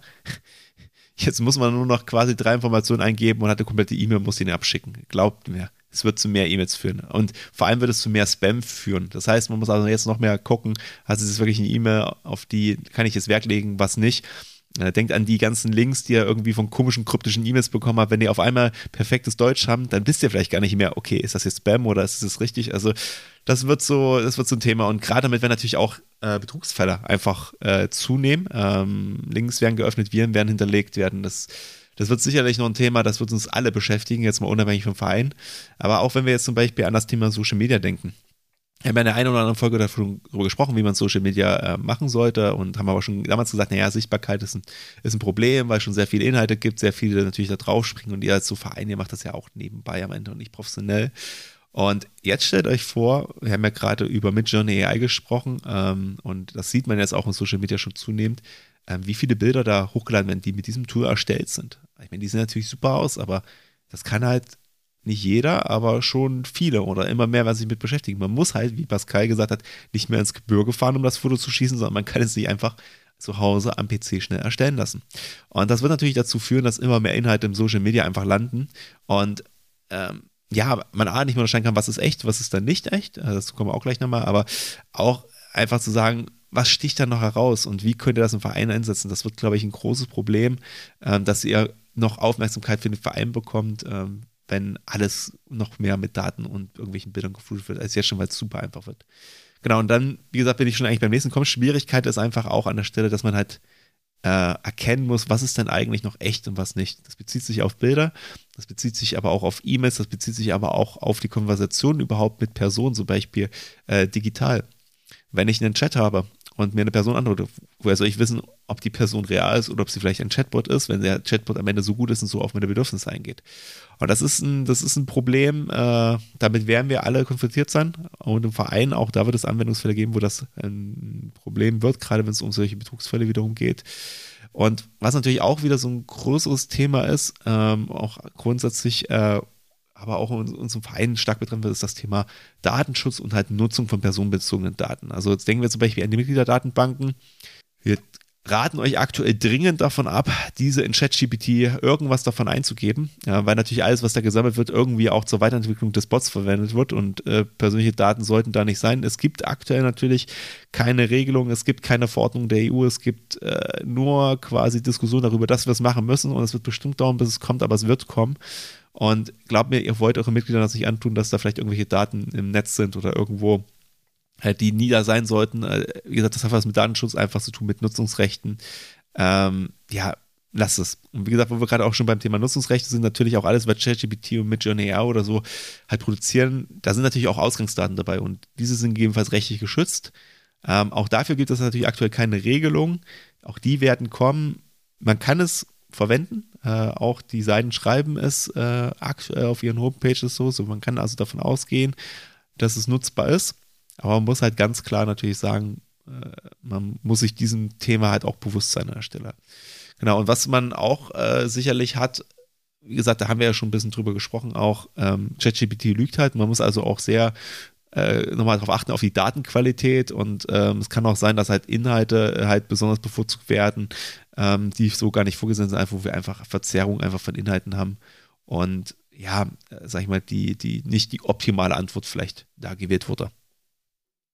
jetzt muss man nur noch quasi drei Informationen eingeben und hat eine komplette E-Mail und muss ihn abschicken. Glaubt mir, es wird zu mehr E-Mails führen. Und vor allem wird es zu mehr Spam führen. Das heißt, man muss also jetzt noch mehr gucken, also es ist wirklich eine E-Mail, auf die kann ich jetzt Wert legen, was nicht. Denkt an die ganzen Links, die ihr irgendwie von komischen, kryptischen E-Mails bekommen habt. Wenn ihr auf einmal perfektes Deutsch habt, dann wisst ihr vielleicht gar nicht mehr, okay, ist das jetzt Spam oder ist das richtig? Also das wird so, das wird so ein Thema. Und gerade damit werden natürlich auch äh, Betrugsfälle einfach äh, zunehmen. Ähm, Links werden geöffnet, Viren werden hinterlegt werden. Das, das wird sicherlich noch ein Thema, das wird uns alle beschäftigen, jetzt mal unabhängig vom Verein. Aber auch wenn wir jetzt zum Beispiel an das Thema Social Media denken. Wir haben ja in der einen oder anderen Folge darüber gesprochen, wie man Social Media äh, machen sollte und haben aber schon damals gesagt, naja, Sichtbarkeit ist ein, ist ein Problem, weil es schon sehr viele Inhalte gibt, sehr viele natürlich da drauf springen und ihr als so Verein, ihr macht das ja auch nebenbei am Ende und nicht professionell. Und jetzt stellt euch vor, wir haben ja gerade über Midjourney A I gesprochen ähm, und das sieht man jetzt auch in Social Media schon zunehmend, ähm, wie viele Bilder da hochgeladen werden, die mit diesem Tool erstellt sind. Ich meine, die sehen natürlich super aus, aber das kann halt nicht jeder, aber schon viele oder immer mehr, was sich mit beschäftigen. Man muss halt, wie Pascal gesagt hat, nicht mehr ins Gebirge fahren, um das Foto zu schießen, sondern man kann es sich einfach zu Hause am P C schnell erstellen lassen. Und das wird natürlich dazu führen, dass immer mehr Inhalte im Social Media einfach landen und ähm, ja, man A nicht mehr unterscheiden kann, was ist echt, was ist dann nicht echt, dazu kommen wir auch gleich nochmal, aber auch einfach zu sagen, was sticht da noch heraus und wie könnt ihr das im Verein einsetzen? Das wird, glaube ich, ein großes Problem, ähm, dass ihr noch Aufmerksamkeit für den Verein bekommt, ähm, wenn alles noch mehr mit Daten und irgendwelchen Bildern geflutet wird, als jetzt schon, weil es super einfach wird. Genau, und dann, wie gesagt, bin ich schon eigentlich beim nächsten kommen. Schwierigkeit ist einfach auch an der Stelle, dass man halt äh, erkennen muss, was ist denn eigentlich noch echt und was nicht. Das bezieht sich auf Bilder, das bezieht sich aber auch auf E-Mails, das bezieht sich aber auch auf die Konversation überhaupt mit Personen, zum Beispiel äh, digital. Wenn ich einen Chat habe und mir eine Person antwortet, woher soll ich wissen, ob die Person real ist oder ob sie vielleicht ein Chatbot ist, wenn der Chatbot am Ende so gut ist und so auf meine Bedürfnisse eingeht. Und das ist ein, das ist ein Problem, äh, damit werden wir alle konfrontiert sein und im Verein auch, da wird es Anwendungsfälle geben, wo das ein Problem wird, gerade wenn es um solche Betrugsfälle wiederum geht. Und was natürlich auch wieder so ein größeres Thema ist, ähm, auch grundsätzlich, äh, aber auch in unserem Verein stark betreffen wird, ist das Thema Datenschutz und halt Nutzung von personenbezogenen Daten. Also jetzt denken wir zum Beispiel an die Mitgliederdatenbanken. Wir raten euch aktuell dringend davon ab, diese in ChatGPT irgendwas davon einzugeben, ja, weil natürlich alles, was da gesammelt wird, irgendwie auch zur Weiterentwicklung des Bots verwendet wird und äh, persönliche Daten sollten da nicht sein. Es gibt aktuell natürlich keine Regelung, es gibt keine Verordnung der E U, es gibt äh, nur quasi Diskussionen darüber, dass wir es machen müssen und es wird bestimmt dauern, bis es kommt, aber es wird kommen. Und glaubt mir, ihr wollt eure Mitglieder das nicht antun, dass da vielleicht irgendwelche Daten im Netz sind oder irgendwo, halt, die nie da sein sollten. Wie gesagt, das hat was mit Datenschutz einfach zu tun, mit Nutzungsrechten. Ähm, ja, lasst es. Und wie gesagt, wo wir gerade auch schon beim Thema Nutzungsrechte sind, natürlich auch alles, was ChatGPT und Midjourney A I oder so halt produzieren, da sind natürlich auch Ausgangsdaten dabei und diese sind gegebenenfalls rechtlich geschützt. Ähm, auch dafür gibt es natürlich aktuell keine Regelung. Auch die werden kommen. Man kann es verwenden. Äh, auch die Seiten schreiben es äh, aktuell auf ihren Homepages so. So, man kann also davon ausgehen, dass es nutzbar ist. Aber man muss halt ganz klar natürlich sagen, äh, man muss sich diesem Thema halt auch bewusst sein an der Stelle. Genau, und was man auch äh, sicherlich hat, wie gesagt, da haben wir ja schon ein bisschen drüber gesprochen, auch ähm, ChatGPT lügt halt. Man muss also auch sehr äh, nochmal darauf achten, auf die Datenqualität und ähm, es kann auch sein, dass halt Inhalte halt besonders bevorzugt werden, ähm, die so gar nicht vorgesehen sind, einfach wo wir einfach Verzerrung einfach von Inhalten haben und ja, äh, sag ich mal, die, die nicht die optimale Antwort vielleicht da gewählt wurde.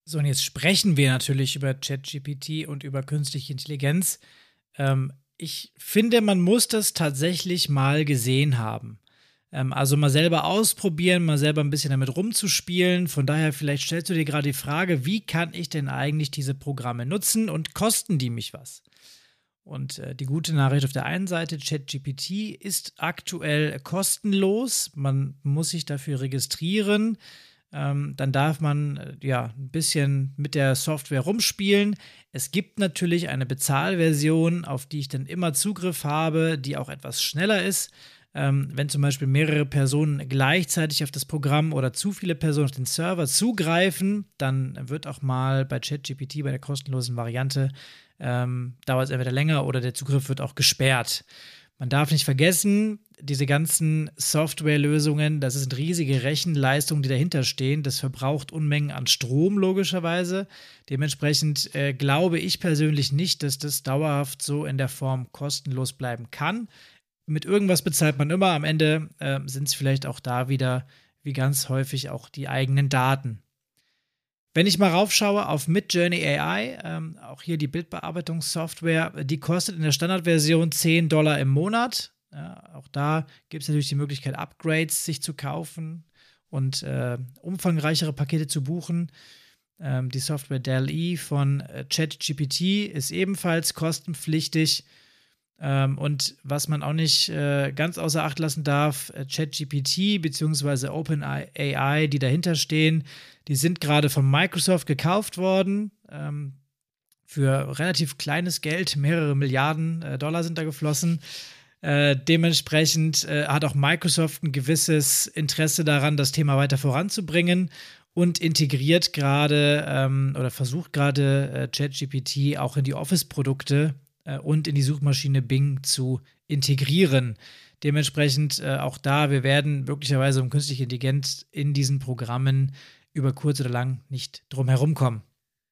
So, und jetzt sprechen wir natürlich über ChatGPT und über künstliche Intelligenz. Ähm, ich finde, man muss das tatsächlich mal gesehen haben. Ähm, also mal selber ausprobieren, mal selber ein bisschen damit rumzuspielen. Von daher, vielleicht stellst du dir gerade die Frage, wie kann ich denn eigentlich diese Programme nutzen und kosten die mich was? Und äh, die gute Nachricht auf der einen Seite, ChatGPT ist aktuell kostenlos. Man muss sich dafür registrieren. Ähm, dann darf man äh, ja ein bisschen mit der Software rumspielen. Es gibt natürlich eine Bezahlversion, auf die ich dann immer Zugriff habe, die auch etwas schneller ist. Ähm, wenn zum Beispiel mehrere Personen gleichzeitig auf das Programm oder zu viele Personen auf den Server zugreifen, dann wird auch mal bei ChatGPT, bei der kostenlosen Variante, ähm, dauert es entweder länger oder der Zugriff wird auch gesperrt. Man darf nicht vergessen, diese ganzen Softwarelösungen, das sind riesige Rechenleistungen, die dahinter stehen. Das verbraucht Unmengen an Strom, logischerweise. Dementsprechend äh, glaube ich persönlich nicht, dass das dauerhaft so in der Form kostenlos bleiben kann. Mit irgendwas bezahlt man immer. Am Ende äh, sind es vielleicht auch da wieder, wie ganz häufig, auch die eigenen Daten. Wenn ich mal raufschaue auf Midjourney A I, ähm, auch hier die Bildbearbeitungssoftware, die kostet in der Standardversion zehn Dollar im Monat. Ja, auch da gibt es natürlich die Möglichkeit, Upgrades sich zu kaufen und äh, umfangreichere Pakete zu buchen. Ähm, die Software D A L L-E von äh, ChatGPT ist ebenfalls kostenpflichtig. Ähm, und was man auch nicht äh, ganz außer Acht lassen darf, äh, ChatGPT bzw. OpenAI, die dahinter stehen, die sind gerade von Microsoft gekauft worden. Ähm, für relativ kleines Geld, mehrere Milliarden äh, Dollar sind da geflossen. Äh, dementsprechend äh, hat auch Microsoft ein gewisses Interesse daran, das Thema weiter voranzubringen und integriert gerade ähm, oder versucht gerade äh, ChatGPT auch in die Office-Produkte äh, und in die Suchmaschine Bing zu integrieren. Dementsprechend äh, auch da, wir werden möglicherweise um künstliche Intelligenz in diesen Programmen über kurz oder lang nicht drum herum kommen.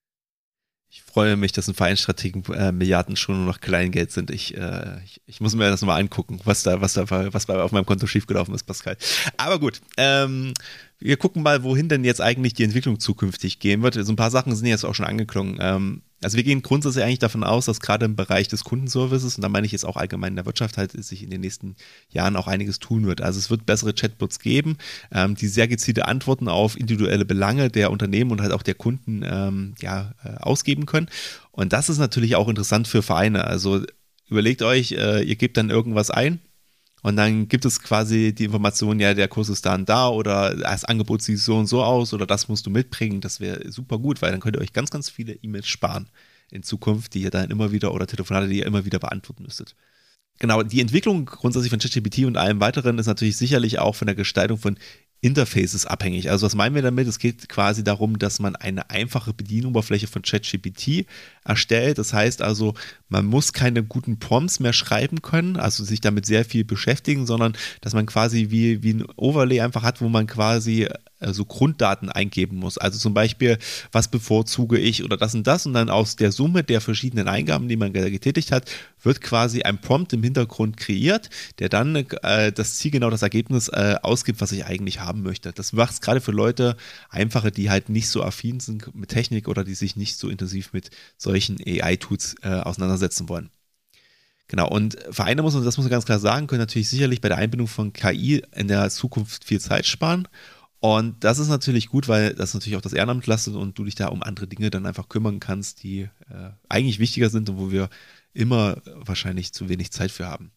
Ich freue mich, dass in Vereinsstrategen äh, Milliarden schon nur noch Kleingeld sind. Ich, äh, ich, ich muss mir das mal angucken, was da, was da, was bei auf meinem Konto schiefgelaufen ist, Pascal. Aber gut, ähm, wir gucken mal, wohin denn jetzt eigentlich die Entwicklung zukünftig gehen wird. So ein paar Sachen sind jetzt auch schon angeklungen. Ähm, also wir gehen grundsätzlich eigentlich davon aus, dass gerade im Bereich des Kundenservices, und da meine ich jetzt auch allgemein in der Wirtschaft, halt sich in den nächsten Jahren auch einiges tun wird. Also es wird bessere Chatbots geben, ähm, die sehr gezielte Antworten auf individuelle Belange der Unternehmen und halt auch der Kunden ähm, ja, äh, ausgeben können. Und das ist natürlich auch interessant für Vereine. Also überlegt euch, äh, ihr gebt dann irgendwas ein, und dann gibt es quasi die Information, ja, der Kurs ist da und da oder das Angebot sieht so und so aus oder das musst du mitbringen. Das wäre super gut, weil dann könnt ihr euch ganz, ganz viele E-Mails sparen in Zukunft, die ihr dann immer wieder oder Telefonate, die ihr immer wieder beantworten müsstet. Genau, die Entwicklung grundsätzlich von ChatGPT und allem weiteren ist natürlich sicherlich auch von der Gestaltung von Interfaces abhängig. Also was meinen wir damit? Es geht quasi darum, dass man eine einfache Bedienoberfläche von ChatGPT erstellt. Das heißt also, man muss keine guten Prompts mehr schreiben können, also sich damit sehr viel beschäftigen, sondern dass man quasi wie, wie ein Overlay einfach hat, wo man quasi so Grunddaten eingeben muss. Also zum Beispiel, was bevorzuge ich oder das und das, und dann aus der Summe der verschiedenen Eingaben, die man getätigt hat, wird quasi ein Prompt im Hintergrund kreiert, der dann äh, das zielgenau das Ergebnis äh, ausgibt, was ich eigentlich haben möchte. Das macht es gerade für Leute einfacher, die halt nicht so affin sind mit Technik oder die sich nicht so intensiv mit solchen A I-Tools äh, auseinandersetzen wollen. Genau, und Vereine, muss man, das muss man ganz klar sagen, können natürlich sicherlich bei der Einbindung von K I in der Zukunft viel Zeit sparen. Und das ist natürlich gut, weil das natürlich auch das Ehrenamt lastet und du dich da um andere Dinge dann einfach kümmern kannst, die äh, eigentlich wichtiger sind und wo wir immer wahrscheinlich zu wenig Zeit für haben.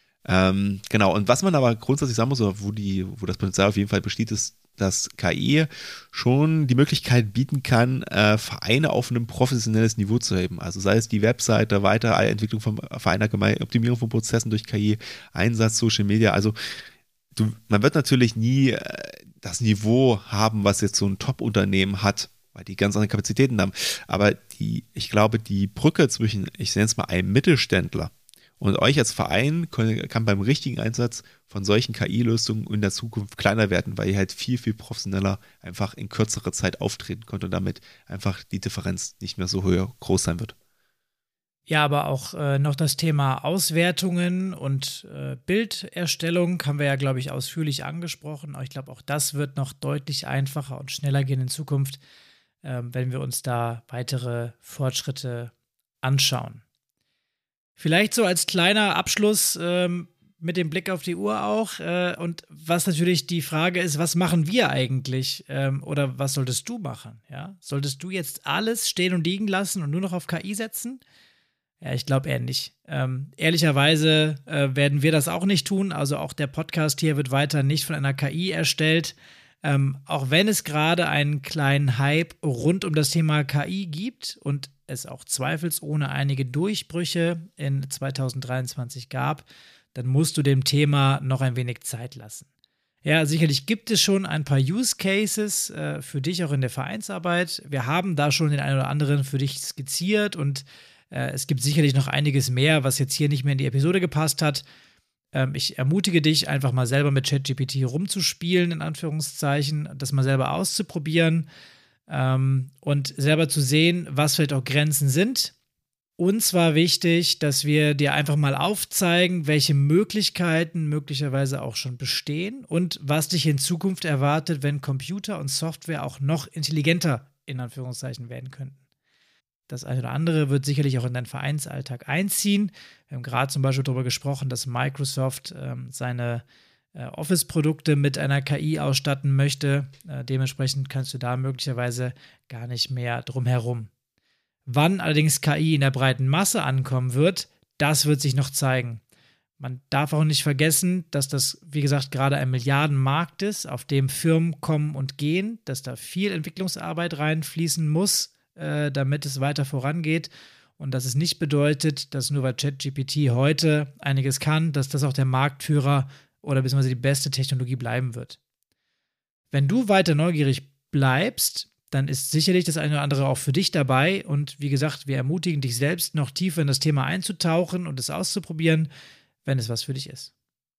Ähm, genau, und was man aber grundsätzlich sagen muss, oder wo, die, wo das Potenzial auf jeden Fall besteht, ist, dass K I schon die Möglichkeit bieten kann, äh, Vereine auf ein professionelles Niveau zu heben. Also sei es die Webseite, weitere Entwicklung von Vereinen, Optimierung von Prozessen durch K I, Einsatz, Social Media. Also du, man wird natürlich nie äh, das Niveau haben, was jetzt so ein Top-Unternehmen hat, weil die ganz andere Kapazitäten haben. Aber die, ich glaube, die Brücke zwischen, ich nenne es mal, einem Mittelständler und euch als Verein kann, kann beim richtigen Einsatz von solchen K I-Lösungen in der Zukunft kleiner werden, weil ihr halt viel, viel professioneller einfach in kürzerer Zeit auftreten könnt und damit einfach die Differenz nicht mehr so höher, groß sein wird. Ja, aber auch äh, noch das Thema Auswertungen und äh, Bilderstellung haben wir ja, glaube ich, ausführlich angesprochen. Aber ich glaube, auch das wird noch deutlich einfacher und schneller gehen in Zukunft. äh, wenn wir uns da weitere Fortschritte anschauen. Vielleicht so als kleiner Abschluss ähm, mit dem Blick auf die Uhr auch äh, und was natürlich die Frage ist, was machen wir eigentlich ähm, oder was solltest du machen? Ja? Solltest du jetzt alles stehen und liegen lassen und nur noch auf K I setzen? Ja, ich glaube eher nicht. Ähm, ehrlicherweise äh, werden wir das auch nicht tun. Also auch der Podcast hier wird weiter nicht von einer K I erstellt. Ähm, auch wenn es gerade einen kleinen Hype rund um das Thema K I gibt und es auch zweifelsohne einige Durchbrüche in zwanzig dreiundzwanzig gab, dann musst du dem Thema noch ein wenig Zeit lassen. Ja, sicherlich gibt es schon ein paar Use Cases äh, für dich auch in der Vereinsarbeit. Wir haben da schon den einen oder anderen für dich skizziert und äh, es gibt sicherlich noch einiges mehr, was jetzt hier nicht mehr in die Episode gepasst hat. Ähm, ich ermutige dich, einfach mal selber mit ChatGPT rumzuspielen, in Anführungszeichen, das mal selber auszuprobieren ähm, und selber zu sehen, was vielleicht auch Grenzen sind. Uns war wichtig, dass wir dir einfach mal aufzeigen, welche Möglichkeiten möglicherweise auch schon bestehen und was dich in Zukunft erwartet, wenn Computer und Software auch noch intelligenter in Anführungszeichen werden könnten. Das eine oder andere wird sicherlich auch in deinen Vereinsalltag einziehen. Wir haben gerade zum Beispiel darüber gesprochen, dass Microsoft ähm, seine äh, Office-Produkte mit einer K I ausstatten möchte. Äh, dementsprechend kannst du da möglicherweise gar nicht mehr drum herum. Wann allerdings K I in der breiten Masse ankommen wird, das wird sich noch zeigen. Man darf auch nicht vergessen, dass das, wie gesagt, gerade ein Milliardenmarkt ist, auf dem Firmen kommen und gehen, dass da viel Entwicklungsarbeit reinfließen muss, äh, damit es weiter vorangeht. Und dass es nicht bedeutet, dass nur weil ChatGPT heute einiges kann, dass das auch der Marktführer oder beziehungsweise die beste Technologie bleiben wird. Wenn du weiter neugierig bleibst, dann ist sicherlich das eine oder andere auch für dich dabei. Und wie gesagt, wir ermutigen dich selbst, noch tiefer in das Thema einzutauchen und es auszuprobieren, wenn es was für dich ist.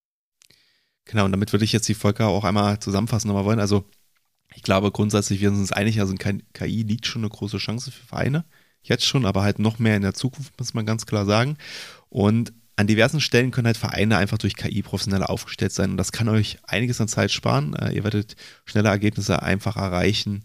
Genau, und damit würde ich jetzt die Folge auch einmal zusammenfassen nochmal wollen. Also ich glaube grundsätzlich, wir sind uns einig, also in K I liegt schon eine große Chance für Vereine. Jetzt schon, aber halt noch mehr in der Zukunft, muss man ganz klar sagen. Und an diversen Stellen können halt Vereine einfach durch K I professioneller aufgestellt sein. Und das kann euch einiges an Zeit sparen. Ihr werdet schnelle Ergebnisse einfach erreichen,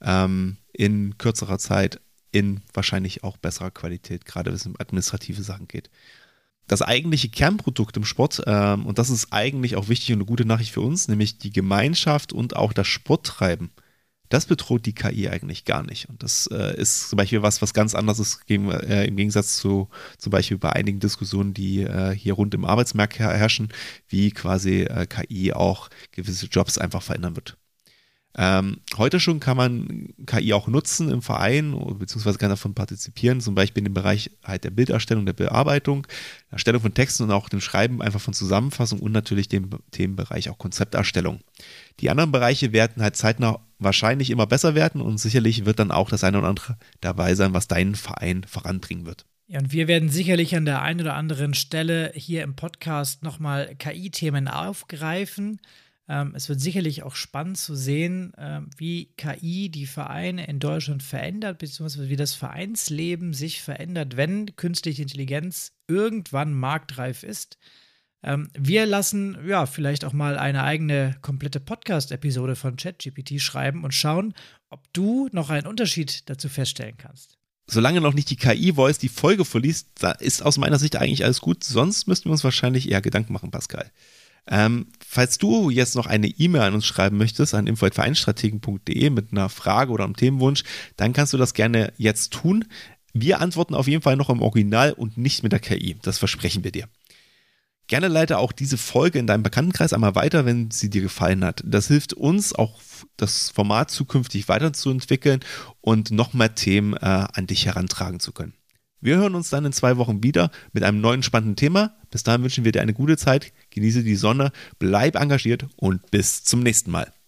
in kürzerer Zeit, in wahrscheinlich auch besserer Qualität, gerade wenn es um administrative Sachen geht. Das eigentliche Kernprodukt im Sport, ähm, und das ist eigentlich auch wichtig und eine gute Nachricht für uns, nämlich die Gemeinschaft und auch das Sporttreiben, das bedroht die K I eigentlich gar nicht. Und das äh, ist zum Beispiel was, was ganz anderes ist gegen, äh, im Gegensatz zu zum Beispiel bei einigen Diskussionen, die äh, hier rund im Arbeitsmarkt her- herrschen, wie quasi äh, K I auch gewisse Jobs einfach verändern wird. Ähm, heute schon kann man K I auch nutzen im Verein, beziehungsweise kann davon partizipieren, zum Beispiel in dem Bereich halt der Bilderstellung, der Bearbeitung, Erstellung von Texten und auch dem Schreiben einfach von Zusammenfassung und natürlich dem Themenbereich auch Konzepterstellung. Die anderen Bereiche werden halt zeitnah wahrscheinlich immer besser werden und sicherlich wird dann auch das eine oder andere dabei sein, was deinen Verein voranbringen wird. Ja, und wir werden sicherlich an der einen oder anderen Stelle hier im Podcast nochmal K I-Themen aufgreifen. Ähm, es wird sicherlich auch spannend zu sehen, ähm, wie K I die Vereine in Deutschland verändert, beziehungsweise wie das Vereinsleben sich verändert, wenn künstliche Intelligenz irgendwann marktreif ist. Ähm, wir lassen ja vielleicht auch mal eine eigene komplette Podcast-Episode von ChatGPT schreiben und schauen, ob du noch einen Unterschied dazu feststellen kannst. Solange noch nicht die K I-Voice die Folge verliest, da ist aus meiner Sicht eigentlich alles gut. Sonst müssten wir uns wahrscheinlich eher Gedanken machen, Pascal. Ähm, falls du jetzt noch eine E-Mail an uns schreiben möchtest, an info at vereinstrategen punkt de mit einer Frage oder einem Themenwunsch, dann kannst du das gerne jetzt tun. Wir antworten auf jeden Fall noch im Original und nicht mit der K I. Das versprechen wir dir. Gerne leite auch diese Folge in deinem Bekanntenkreis einmal weiter, wenn sie dir gefallen hat. Das hilft uns auch, das Format zukünftig weiterzuentwickeln und noch mehr Themen äh, an dich herantragen zu können. Wir hören uns dann in zwei Wochen wieder mit einem neuen spannenden Thema. Bis dahin wünschen wir dir eine gute Zeit, genieße die Sonne, bleib engagiert und bis zum nächsten Mal.